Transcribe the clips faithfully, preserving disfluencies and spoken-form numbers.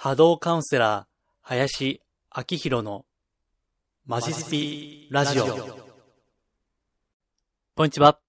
波動カウンセラー林明宏のマジスピラジオ。こんにちは。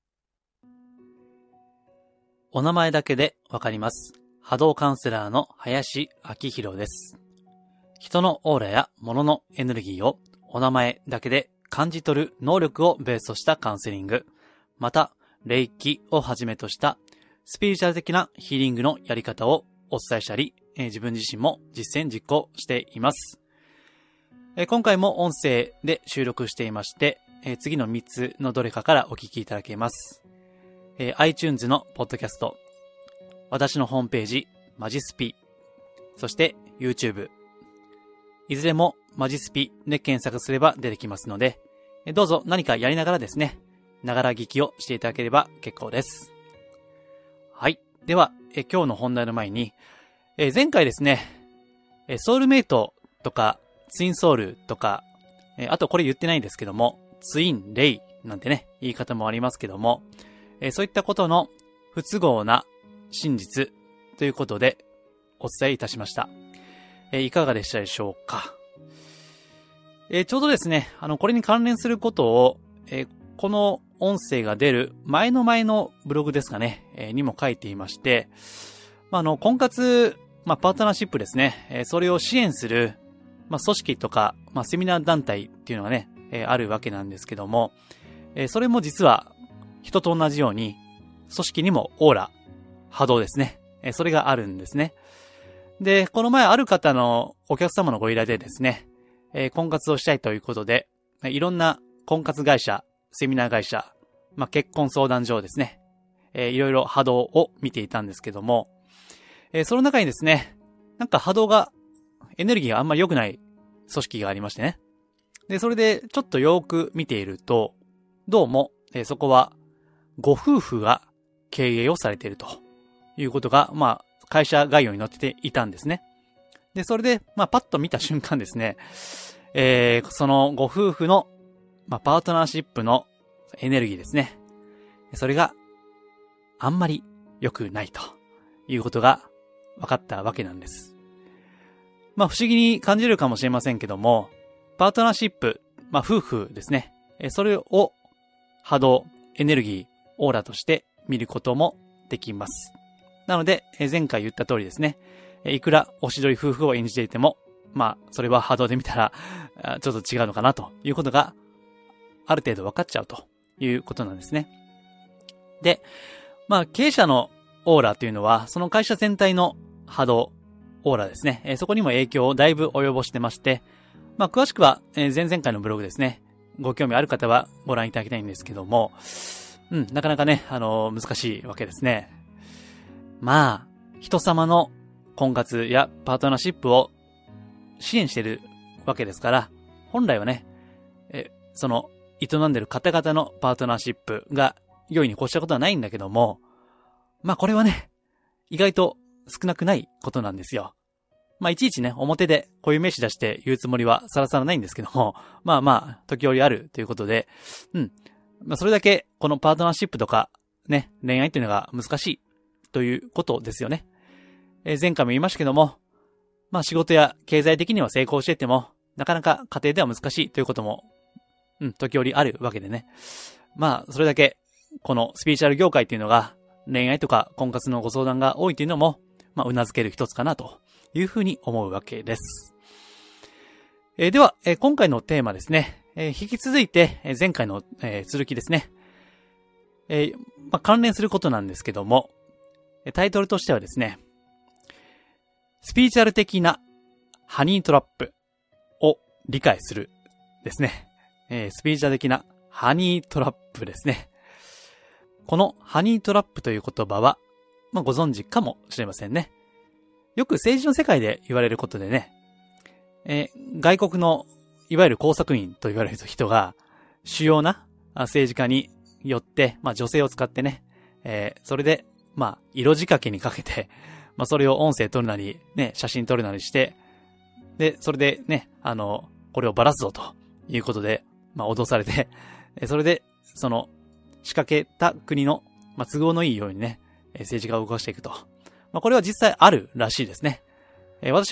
お名前だけでわかります。波動カウンセラーの林明宏です。人のオーラや物のエネルギーをお名前だけで感じ取る能力をベースとしたカウンセリング、また霊気をはじめとしたスピリチュアル的なヒーリングのやり方をお伝えしたり、えー、自分自身も実践実行しています。えー、今回も音声で収録していまして、えー、次のみっつのどれかからお聞きいただけます。えー、iTunes のポッドキャスト、私のホームページマジスピ、そして YouTube、いずれもマジスピで検索すれば出てきますので、えー、どうぞ何かやりながらですね、ながら聞きをしていただければ結構です。はい。では、え今日の本題の前に、え前回ですね、えソウルメイトとか、ツインソウルとか、えあとこれ言ってないんですけども、ツインレイなんてね、言い方もありますけども、えそういったことの不都合な真実ということでお伝えいたしました。えいかがでしたでしょうか。えちょうどですね、あの、これに関連することを、えこの音声が出る前の前のブログですかね、えー、にも書いていまして、まあ、あの、婚活、まあ、パートナーシップですね、えー、それを支援する、まあ、組織とか、まあ、セミナー団体っていうのがね、えー、あるわけなんですけども、えー、それも実は人と同じように、組織にもオーラ、波動ですね、えー、それがあるんですね。で、この前ある方のお客様のご依頼でですね、えー、婚活をしたいということで、いろんな婚活会社、セミナー会社、まあ、結婚相談所ですね。えー、いろいろ波動を見ていたんですけども、えー、その中にですね、なんか波動が、エネルギーがあんまり良くない組織がありましてね。で、それでちょっとよーく見ていると、どうも、えー、そこは、ご夫婦が経営をされているということが、まあ、会社概要に載っていたんですね。で、それで、まあ、パッと見た瞬間ですね、えー、そのご夫婦のまあ、パートナーシップのエネルギーですね。それがあんまり良くないということが分かったわけなんです。まあ、不思議に感じるかもしれませんけども、パートナーシップ、まあ、夫婦ですね。それを波動、エネルギー、オーラとして見ることもできます。なので、前回言った通りですね。いくらおしどり夫婦を演じていても、まあ、それは波動で見たら、ちょっと違うのかなということがある程度分かっちゃうということなんですね。で、まあ経営者のオーラというのはその会社全体の波動、オーラですね。えー、そこにも影響をだいぶ及ぼしてまして、まあ詳しくは、えー、前々回のブログですね。ご興味ある方はご覧いただきたいんですけども、うん、なかなかね、あのー、難しいわけですね。まあ、人様の婚活やパートナーシップを支援しているわけですから、本来はね、えー、その営んでる方々のパートナーシップが良いに越したことはないんだけども、まあこれはね、意外と少なくないことなんですよ。まあいちいちね、表で固有名詞出して言うつもりはさらさらないんですけども、まあまあ、時折あるということで、うん。まあそれだけこのパートナーシップとかね、恋愛っていうのが難しいということですよね。えー、前回も言いましたけども、まあ仕事や経済的には成功していても、なかなか家庭では難しいということもうん、時折あるわけでね。まあ、それだけ、このスピリチュアル業界っていうのが、恋愛とか婚活のご相談が多いというのも、まあ、頷ける一つかなというふうに思うわけです。えー、では、えー、今回のテーマですね。えー、引き続いて、えー、前回の、えー、続きですね。えーまあ、関連することなんですけども、タイトルとしてはですね、スピリチュアル的なハニートラップを理解するですね。えー、スピリチュアル的なハニートラップですね。このハニートラップという言葉は、まあ、ご存知かもしれませんね。よく政治の世界で言われることでね、えー、外国のいわゆる工作員と言われる人が主要な政治家によって、まあ、女性を使ってね、えー、それで、まあ、色仕掛けにかけて、まあ、それを音声撮るなり、ね、写真撮るなりして、で、それでね、あの、これをばらすぞということで、まあ、脅されて、それで、その、仕掛けた国の、まあ、都合のいいようにね、政治家を動かしていくと。まあ、これは実際あるらしいですね。えー、私も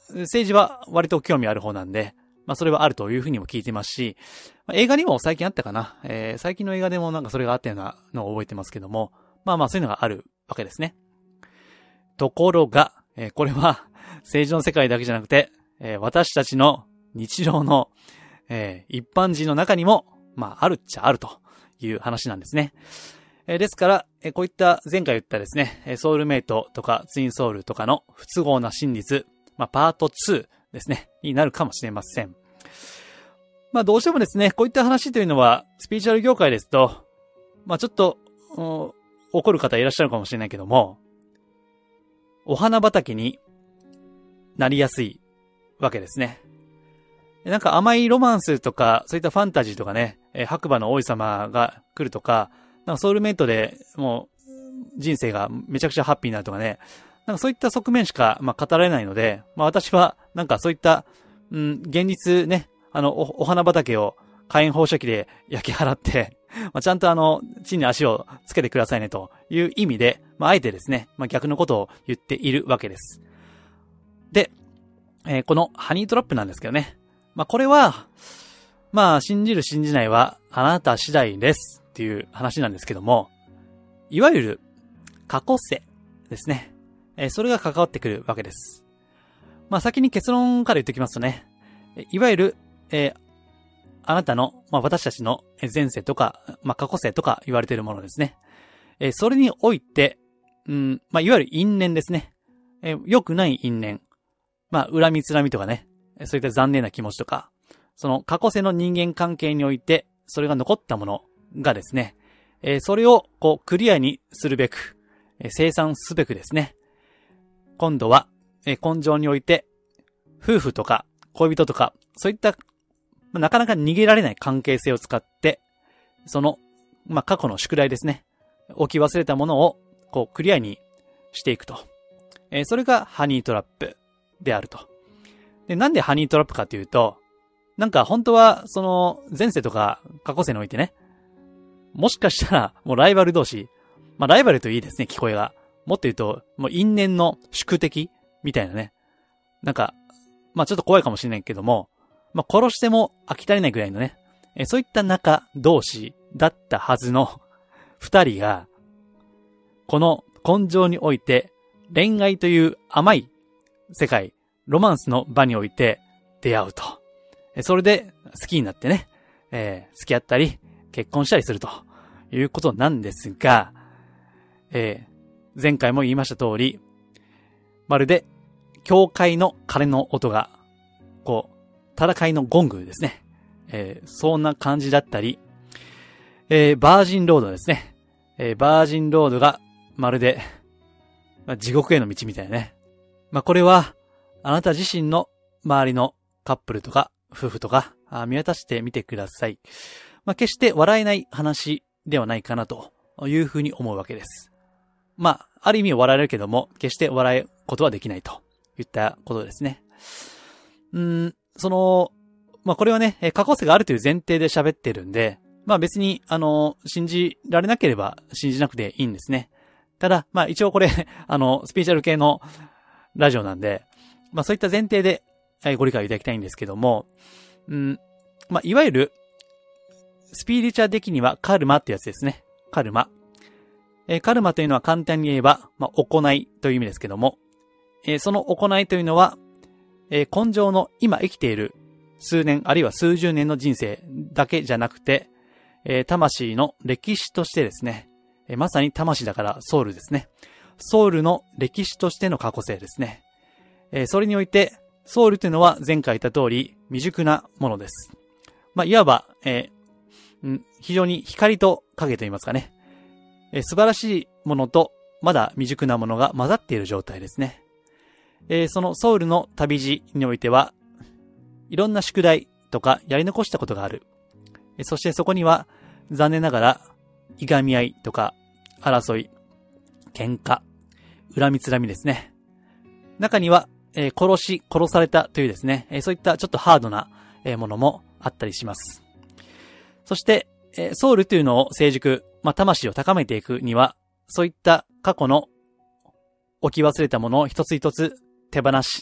政治は割と興味ある方なんで、まあそれはあるというふうにも聞いてますし、まあ、映画にも最近あったかな。えー、最近の映画でもなんかそれがあったようなのを覚えてますけども、まあまあそういうのがあるわけですね。ところが、えー、これは政治の世界だけじゃなくて、えー、私たちの日常の、えー、一般人の中にも、まああるっちゃあるという話なんですね。えー、ですから、えー、こういった前回言ったですね、ソウルメイトとかツインソウルとかの不都合な真実、まあパートツーですね、になるかもしれません。まあどうしてもですね、こういった話というのは、スピリチュアル業界ですと、まあちょっと、怒る方いらっしゃるかもしれないけども、お花畑になりやすいわけですね。なんか甘いロマンスとか、そういったファンタジーとかね、えー、白馬の王子様が来るとか、なんかソウルメイトでもう人生がめちゃくちゃハッピーになるとかね、なんかそういった側面しか、まあ、語られないので、まあ私はなんかそういった、うん、現実ね、あのお、お花畑を火炎放射器で焼き払って、まあ、ちゃんとあの、地に足をつけてくださいねという意味で、まああえてですね、まあ逆のことを言っているわけです。で、えー、このハニートラップなんですけどね。まあこれは、まあ信じる信じないはあなた次第ですっていう話なんですけども、いわゆる過去世ですね。えー、それが関わってくるわけです。まあ先に結論から言っておきますとね、いわゆる、えー、あなたの、まあ私たちの前世とか、まあ過去世とか言われているものですね。えー、それにおいて、うん、まあいわゆる因縁ですね。えー、良くない因縁。まあ恨みつらみとかね。そういった残念な気持ちとか、その過去世の人間関係において、それが残ったものがですね、えー、それをこうクリアにするべく、えー、清算すべくですね、今度は、えー、根性において、夫婦とか恋人とか、そういった、まあ、なかなか逃げられない関係性を使って、その、まあ過去の宿題ですね、置き忘れたものをこうクリアにしていくと。えー、それがハニートラップであると。で、なんでハニートラップかというと、なんか本当は、その、前世とか過去世においてね、もしかしたら、もうライバル同士、まあライバルといいですね、聞こえが。もっと言うと、もう因縁の宿敵みたいなね。なんか、まあちょっと怖いかもしれないけども、まあ殺しても飽き足りないぐらいのね、えそういった仲同士だったはずの二人が、この根性において、恋愛という甘い世界、ロマンスの場において出会うと。それで好きになってね、えー、付き合ったり結婚したりするということなんですが、えー、前回も言いました通り、まるで教会の鐘の音が、こう、戦いのゴングですね。えー、そんな感じだったり、えー、バージンロードですね。えー、バージンロードがまるで、まあ、地獄への道みたいなね。まあこれは、あなた自身の周りのカップルとか夫婦とか見渡してみてください。まあ、決して笑えない話ではないかなというふうに思うわけです。まあ、ある意味笑えるけども、決して笑えることはできないといったことですね。うーん、その、まあこれはね、過去世があるという前提で喋ってるんで、まあ別に、あの、信じられなければ信じなくていいんですね。ただ、まあ一応これ、あの、スピリチュアル系のラジオなんで、まあそういった前提でご理解いただきたいんですけども、うん、まあいわゆるスピリチュアル的にはカルマってやつですね。カルマ。えー、カルマというのは簡単に言えば、まあ行いという意味ですけども、えー、その行いというのは、えー、根性の今生きている数年あるいは数十年の人生だけじゃなくて、えー、魂の歴史としてですね、えー、まさに魂だからソウルですね。ソウルの歴史としての過去世ですね。えー、それにおいて、ソウルというのは前回言った通り未熟なものです。まあ、いわば、えーん、非常に光と影と言いますかね、えー。素晴らしいものとまだ未熟なものが混ざっている状態ですね。えー、そのソウルの旅路においては、いろんな宿題とかやり残したことがある。えー、そしてそこには残念ながら、いがみ合いとか争い、喧嘩、恨みつらみですね。中には、えー、殺し、殺されたというですね、えー、そういったちょっとハードな、えー、ものもあったりします。そして、えー、ソウルというのを成熟、まあ、魂を高めていくには、そういった過去の置き忘れたものを一つ一つ手放し、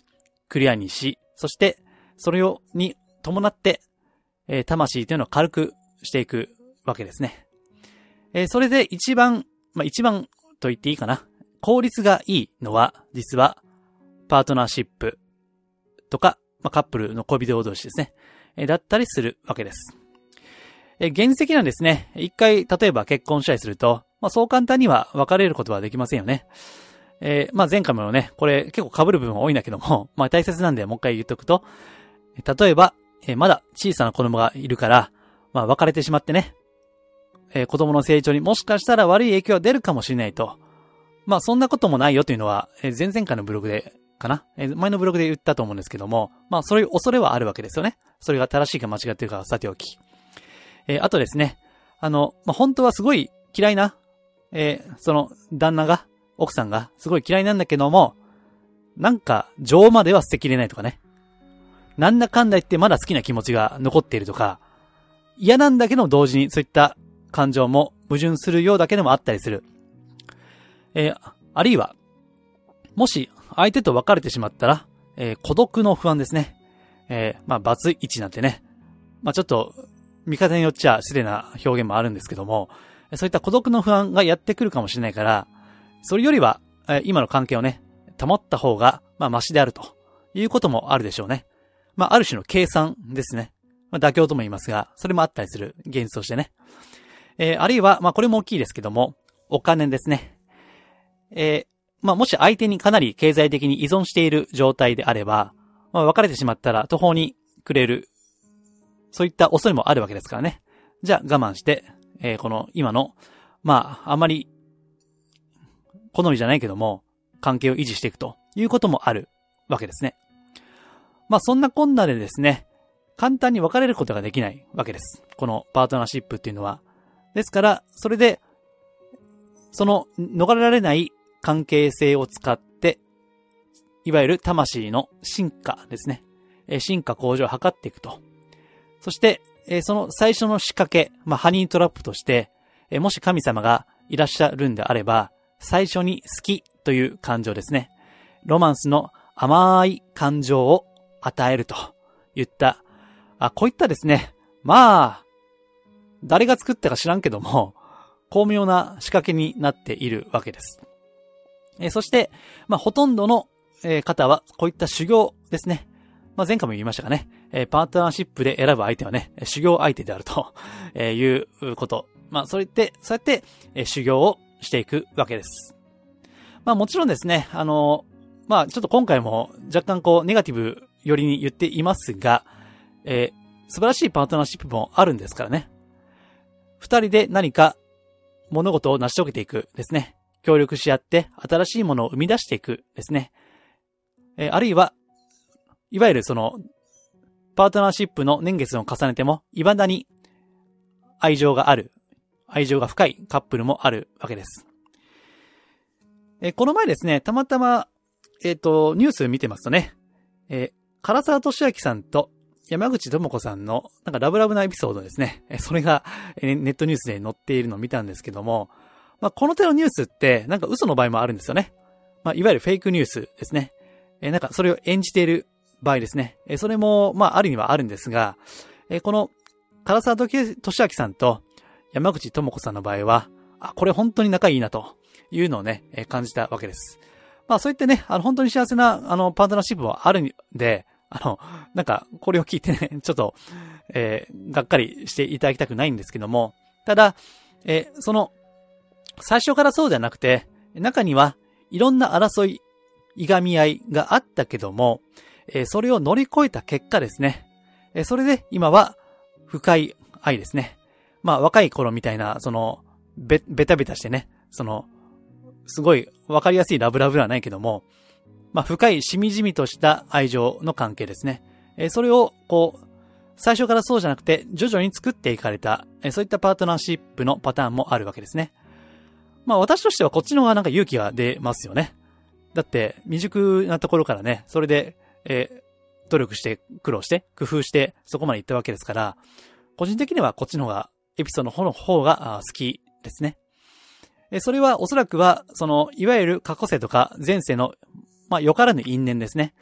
クリアにし、そしてそれをに伴って、えー、魂というのを軽くしていくわけですね。えー、それで一番、まあ、一番と言っていいかな。効率がいいのは、実は、パートナーシップとか、まあ、カップルの恋人同士ですね。えー、だったりするわけです。えー、現実的にはですね、一回、例えば結婚したりすると、まあ、そう簡単には別れることはできませんよね。えー、まあ、前回もね、これ結構被る部分多いんだけども、まあ、大切なんでもう一回言っとくと、例えば、えー、まだ小さな子供がいるから、まあ、別れてしまってね、えー、子供の成長にもしかしたら悪い影響が出るかもしれないと。まあ、そんなこともないよというのは、えー、前々回のブログで、かな、えー、前のブログで言ったと思うんですけども、まあ、そういう恐れはあるわけですよね。それが正しいか間違っているかはさておき。えー、あとですね、あの、まあ、本当はすごい嫌いな、えー、その、旦那が、奥さんがすごい嫌いなんだけども、なんか、情までは捨てきれないとかね。なんだかんだ言ってまだ好きな気持ちが残っているとか、嫌なんだけど同時にそういった感情も矛盾するようだけでもあったりする。えー、あるいは、もし相手と別れてしまったら、えー、孤独の不安ですね。えー、まあ、バツイチなんてね。まあ、ちょっと、見方によっちゃ失礼な表現もあるんですけども、そういった孤独の不安がやってくるかもしれないから、それよりは、えー、今の関係をね、保った方が、まあ、マシであるということもあるでしょうね。まあ、ある種の計算ですね。まあ、妥協とも言いますが、それもあったりする現実としてね。えー、あるいは、まあ、これも大きいですけども、お金ですね。えー、まあ、もし相手にかなり経済的に依存している状態であれば、まあ、別れてしまったら途方に暮れる、そういった恐れもあるわけですからね。じゃあ我慢して、えー、この今の、まあ、あまり、好みじゃないけども、関係を維持していくということもあるわけですね。まあ、そんなこんなでですね、簡単に別れることができないわけです。このパートナーシップっていうのは。ですから、それで、その逃れられない関係性を使って、いわゆる魂の進化ですね。進化向上を図っていくと。そして、その最初の仕掛け、まあ、ハニートラップとして、もし神様がいらっしゃるんであれば、最初に好きという感情ですね。ロマンスの甘い感情を与えると言った、あ、こういったですね、まあ、誰が作ったか知らんけども、巧妙な仕掛けになっているわけです。えー、そして、まあ、ほとんどの、えー、方は、こういった修行ですね。まあ、前回も言いましたがね、えー、パートナーシップで選ぶ相手はね、修行相手であると、えー、いうこと。まあ、それって、そうやって、えー、修行をしていくわけです。まあ、もちろんですね、あのー、まあ、ちょっと今回も若干こう、ネガティブよりに言っていますが、えー、素晴らしいパートナーシップもあるんですからね。二人で何か物事を成し遂げていくですね。協力し合って新しいものを生み出していくですね。えー、あるいは、いわゆるその、パートナーシップの年月を重ねても、未だに愛情がある、愛情が深いカップルもあるわけです。えー、この前ですね、たまたま、えっと、ニュース見てますとね、えー、唐沢寿明さんと山口智子さんのなんかラブラブなエピソードですね。それがネットニュースで載っているのを見たんですけども、まあ、この手のニュースってなんか嘘の場合もあるんですよね。まあ、いわゆるフェイクニュースですね。えなんかそれを演じている場合ですね。えそれもまああるにはあるんですが、えこの唐沢寿明さんと山口智子さんの場合は、あ、これ本当に仲いいなというのをね、感じたわけです。まあそういってね、あの本当に幸せなあのパートナーシップもあるんで、あの、なんか、これを聞いてね、ちょっと、えー、がっかりしていただきたくないんですけども、ただ、えー、その、最初からそうではなくて、中にはいろんな争い、いがみ合いがあったけども、えー、それを乗り越えた結果ですね、えー、それで今は深い愛ですね。まあ若い頃みたいな、その、べ、べたべたしてね、その、すごいわかりやすいラブラブではないけども、まあ、深いしみじみとした愛情の関係ですね。えー、それを、こう、最初からそうじゃなくて、徐々に作っていかれた、えー、そういったパートナーシップのパターンもあるわけですね。まあ、私としてはこっちの方がなんか勇気が出ますよね。だって、未熟なところからね、それで、えー、努力して、苦労して、工夫して、そこまで行ったわけですから、個人的にはこっちの方が、エピソードの方が好きですね。えー、それはおそらくは、その、いわゆる過去世とか前世のまあ、よからぬ因縁ですね。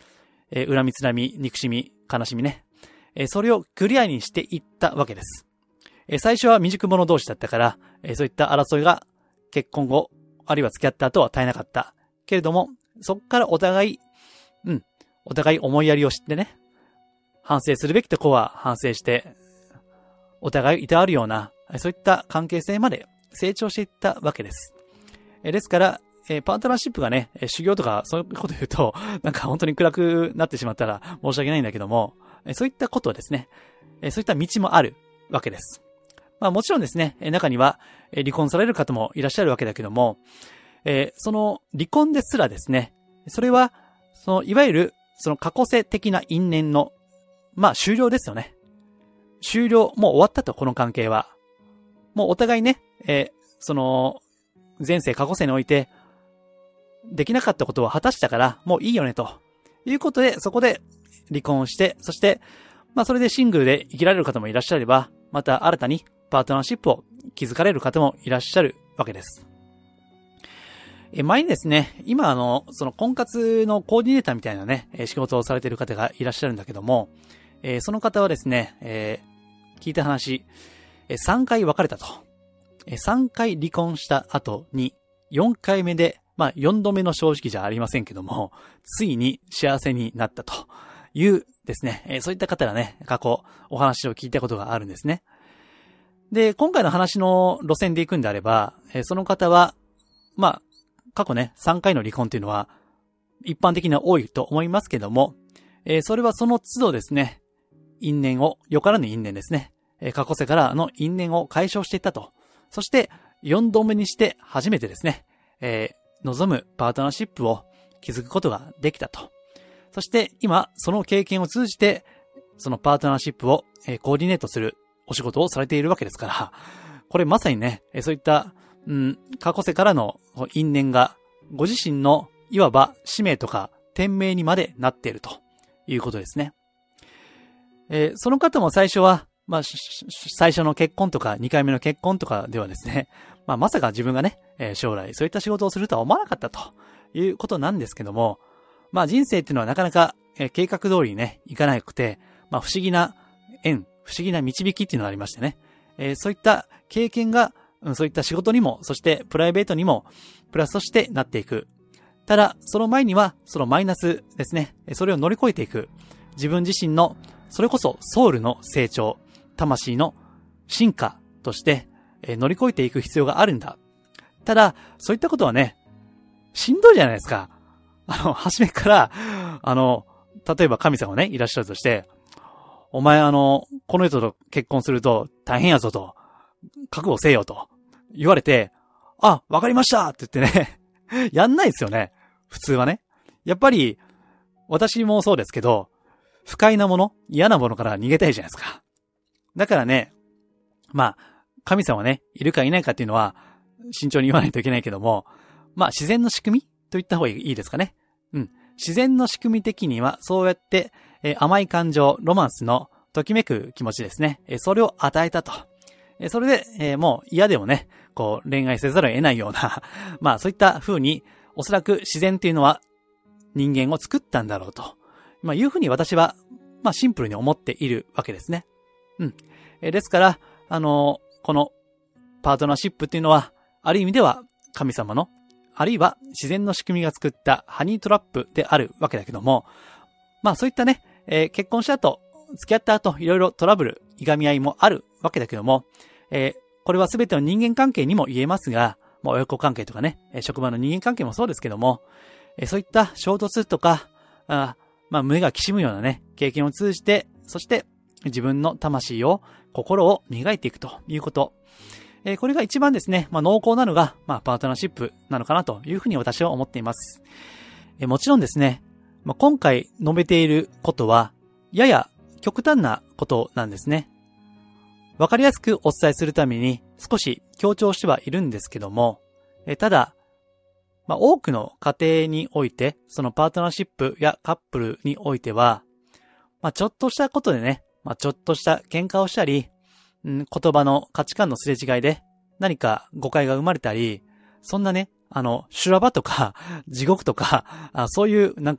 えー、恨みつらみ、憎しみ、悲しみね。えー、それをクリアにしていったわけです。えー、最初は未熟者同士だったから、えー、そういった争いが結婚後、あるいは付き合った後は絶えなかった。けれども、そっからお互い、うん、お互い思いやりを知ってね、反省するべきとこは反省して、お互いいたわるような、そういった関係性まで成長していったわけです。えー、ですから、えー、パートナーシップがね、修行とかそういうこと言うと、なんか本当に暗くなってしまったら申し訳ないんだけども、えー、そういったことはですね、えー、そういった道もあるわけです。まあもちろんですね、中には離婚される方もいらっしゃるわけだけども、えー、その離婚ですらですね、それは、そのいわゆるその過去性的な因縁の、まあ終了ですよね。終了、もう終わったと、この関係は。もうお互いね、えー、その、前世過去世において、できなかったことを果たしたから、もういいよね、ということで、そこで離婚して、そして、まあそれでシングルで生きられる方もいらっしゃれば、また新たにパートナーシップを築かれる方もいらっしゃるわけです。え、前にですね、今あの、その婚活のコーディネーターみたいなね、仕事をされている方がいらっしゃるんだけども、えー、その方はですね、えー、聞いた話、えー、さんかい別れたと。えー、さんかい離婚した後に、よんかいめで、まあよんどめの正直じゃありませんけども、ついに幸せになったというですね、えー、そういった方がね、過去お話を聞いたことがあるんですね。で、今回の話の路線で行くんであれば、えー、その方は、まあ、過去ね、さんかいの離婚っていうのは、一般的には多いと思いますけども、えー、それはその都度ですね、因縁を、よからぬ因縁ですね、えー、過去世からの因縁を解消していったと。そして、よんどめにして初めてですね、えー、望むパートナーシップを築くことができたと。そして今、その経験を通じて、そのパートナーシップを、えー、コーディネートするお仕事をされているわけですから、これまさにね、えー、そういった、うん、過去世からの因縁が、ご自身のいわば使命とか天命にまでなっているということですね。えー、その方も最初は、まあ、最初の結婚とかにかいめの結婚とかではですね、まあ、まさか自分がね、えー、将来そういった仕事をするとは思わなかったということなんですけども、まあ人生っていうのはなかなか、えー、計画通りにね、いかなくて、まあ不思議な縁、不思議な導きっていうのがありましてね、えー、そういった経験が、うん、そういった仕事にも、そしてプライベートにもプラスとしてなっていく。ただ、その前には、そのマイナスですね、それを乗り越えていく。自分自身の、それこそソウルの成長、魂の進化として、えー、乗り越えていく必要があるんだ。ただ、そういったことはね、しんどいじゃないですか。あの、初めから、あの、例えば神様がね、いらっしゃるとして、お前あの、この人と結婚すると大変やぞと、覚悟せよと言われて、あ、わかりましたって言ってね、やんないですよね。普通はね。やっぱり、私もそうですけど、不快なもの、嫌なものから逃げたいじゃないですか。だからね、まあ、神様ね、いるかいないかっていうのは、慎重に言わないといけないけども、まあ、自然の仕組みと言った方がいいですかね。うん。自然の仕組み的には、そうやって、えー、甘い感情、ロマンスのときめく気持ちですね。えー、それを与えたと。えー、それで、えー、もう嫌でもね、こう、恋愛せざるを得ないような、まあ、そういった風に、おそらく自然っていうのは人間を作ったんだろうと。まあ、いうふうに私は、まあ、シンプルに思っているわけですね。うん。えー、ですから、あのー、この、パートナーシップっていうのは、ある意味では、神様の、あるいは自然の仕組みが作ったハニートラップであるわけだけども、まあそういったね、えー、結婚した後、付き合った後、いろいろトラブル、いがみ合いもあるわけだけども、えー、これは全ての人間関係にも言えますが、まあ親子関係とかね、職場の人間関係もそうですけども、えー、そういった衝突とか、あまあ目がきしむようなね、経験を通じて、そして自分の魂を、心を磨いていくということ。えー、これが一番ですね、まあ濃厚なのが、まあパートナーシップなのかなというふうに私は思っています。えー、もちろんですね、まあ、今回述べていることは、やや極端なことなんですね。わかりやすくお伝えするために少し強調してはいるんですけども、えー、ただ、まあ多くの家庭において、そのパートナーシップやカップルにおいては、まあちょっとしたことでね、まあちょっとした喧嘩をしたり、うん、言葉の価値観のすれ違いで何か誤解が生まれたり、そんなね、あの、修羅場とか地獄とか、あそういうなんか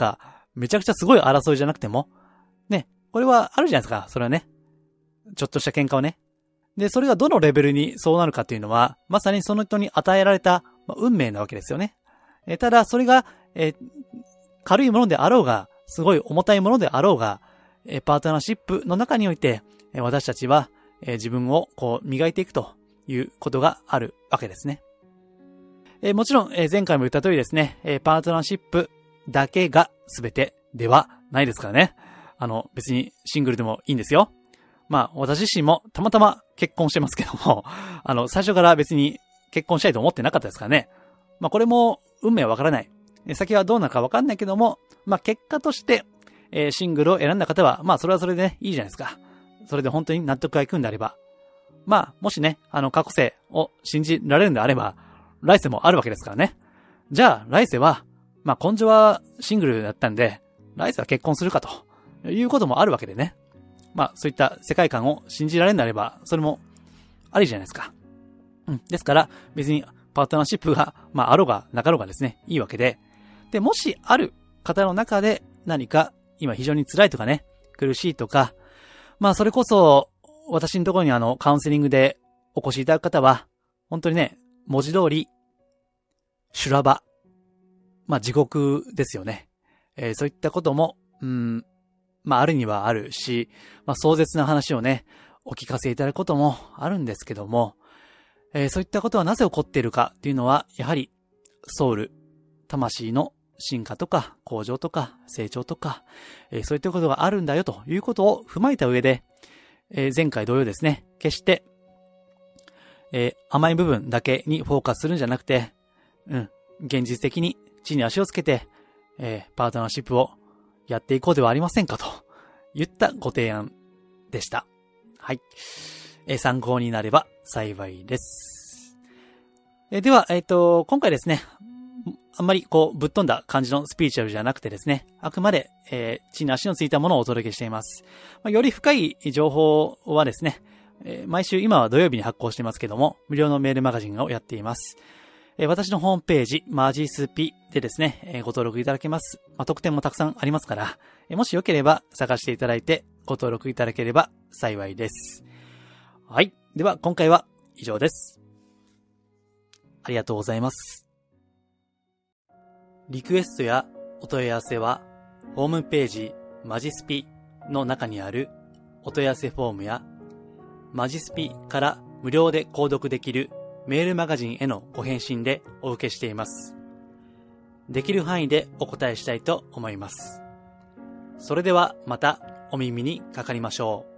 めちゃくちゃすごい争いじゃなくても、ね、これはあるじゃないですか、それはね。ちょっとした喧嘩をね。で、それがどのレベルにそうなるかっていうのは、まさにその人に与えられた運命なわけですよね。えー、ただ、それが、えー、軽いものであろうが、すごい重たいものであろうが、えー、パートナーシップの中において、えー、私たちは、えー、自分をこう磨いていくということがあるわけですね。えー、もちろん、えー、前回も言った通りですね、えー、パートナーシップだけが全てではないですからね。あの、別にシングルでもいいんですよ。まあ、私自身もたまたま結婚してますけども、あの、最初から別に結婚したいと思ってなかったですからね。まあ、これも運命はわからない。先はどうなるかわかんないけども、まあ、結果として、えー、シングルを選んだ方は、まあ、それはそれでね、いいじゃないですか。それで本当に納得がいくんであれば。まあ、もしね、あの、過去性を信じられるんであれば、来世もあるわけですからね。じゃあ、来世は、まあ、今生はシングルだったんで、来世は結婚するかということもあるわけでね。まあ、そういった世界観を信じられるんであれば、それもありじゃないですか。うん。ですから、別にパートナーシップが、まあ、あろうがなかろうがですね、いいわけで。で、もしある方の中で何か今非常に辛いとかね、苦しいとか、まあ、それこそ、私のところにあの、カウンセリングでお越しいただく方は、本当にね、文字通り、修羅場。まあ、地獄ですよね。えー、そういったことも、うん、まあ、あるにはあるし、まあ、壮絶な話をね、お聞かせいただくこともあるんですけども、えー、そういったことはなぜ起こっているかっていうのは、やはり、ソウル、魂の進化とか、向上とか、成長とか、えー、そういったことがあるんだよということを踏まえた上で、えー、前回同様ですね、決して、えー、甘い部分だけにフォーカスするんじゃなくて、うん、現実的に地に足をつけて、えー、パートナーシップをやっていこうではありませんかと言ったご提案でした。はい。えー、参考になれば幸いです。えー、では、えっと、今回ですね、あんまりこう、ぶっ飛んだ感じのスピーチュアルじゃなくてですね、あくまで、えー、地に足のついたものをお届けしています。まあ、より深い情報はですね、えー、毎週今は土曜日に発行していますけども、無料のメールマガジンをやっています。えー、私のホームページ、マジスピでですね、えー、ご登録いただけます。まあ、特典もたくさんありますから、えー、もしよければ探していただいてご登録いただければ幸いです。はい。では今回は以上です。ありがとうございます。リクエストやお問い合わせは、ホームページ、マジスピの中にあるお問い合わせフォームや、マジスピから無料で購読できるメールマガジンへのご返信でお受けしています。できる範囲でお答えしたいと思います。それではまたお耳にかかりましょう。